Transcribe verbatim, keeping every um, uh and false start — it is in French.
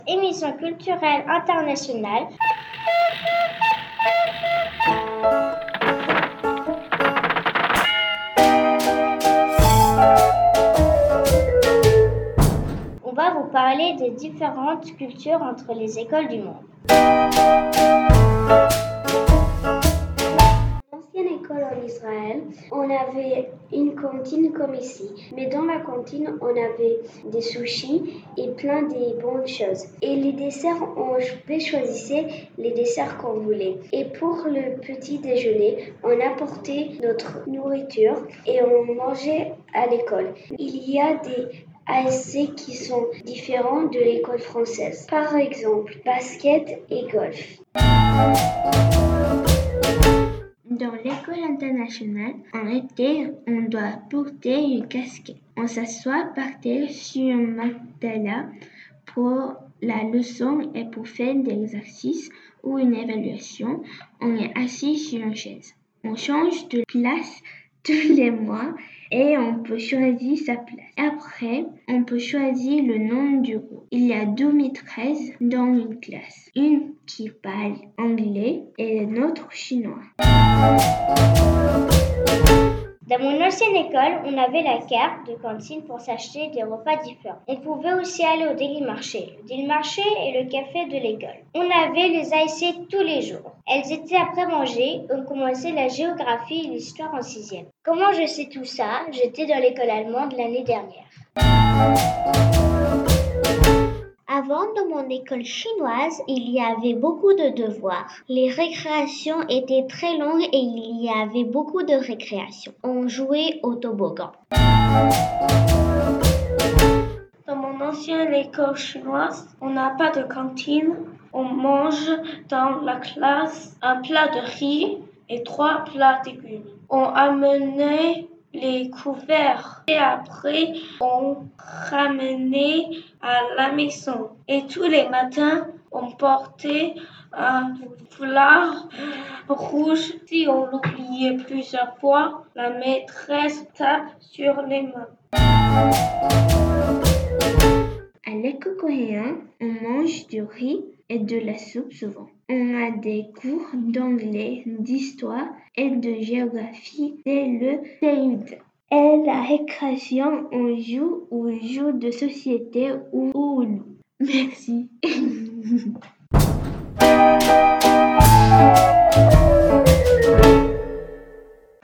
Émission culturelle internationale. On va vous parler des différentes cultures entre les écoles du monde. En Israël, on avait une cantine comme ici. Mais dans la cantine, on avait des sushis et plein de bonnes choses. Et les desserts, on pouvait choisir les desserts qu'on voulait. Et pour le petit déjeuner, on apportait notre nourriture et on mangeait à l'école. Il y a des A S C qui sont différents de l'école française. Par exemple, basket et golf. Dans l'école internationale, en été, on doit porter une casquette. On s'assoit par terre sur un matelas pour la leçon et pour faire des exercices ou une évaluation, on est assis sur une chaise. On change de place tous les mois et on peut choisir sa place. Après, on peut choisir le nom du groupe. Il y a deux maîtresses dans une classe. Une qui parle anglais et une autre chinois. Dans mon ancienne école, on avait la carte de cantine pour s'acheter des repas différents. On pouvait aussi aller au Daily Marché. Le Daily Marché est le café de l'école. On avait les A S C tous les jours. Elles étaient après manger. On commençait la géographie et l'histoire en sixième. Comment je sais tout ça? J'étais dans l'école allemande l'année dernière. Avant, dans mon école chinoise, il y avait beaucoup de devoirs. Les récréations étaient très longues et il y avait beaucoup de récréations. On jouait au toboggan. Dans mon ancienne école chinoise, on n'a pas de cantine. On mange dans la classe un plat de riz et trois plats de légumes. On amenait les couverts et après on ramenait à la maison. Et tous les matins, on portait un foulard rouge. Si on l'oubliait plusieurs fois, la maîtresse tape sur les mains. À l'école coréenne, on mange du riz et de la soupe souvent. On a des cours d'anglais, d'histoire et de géographie dès le C E deux. Et la récréation, on joue ou joue de société ou au loup. Merci.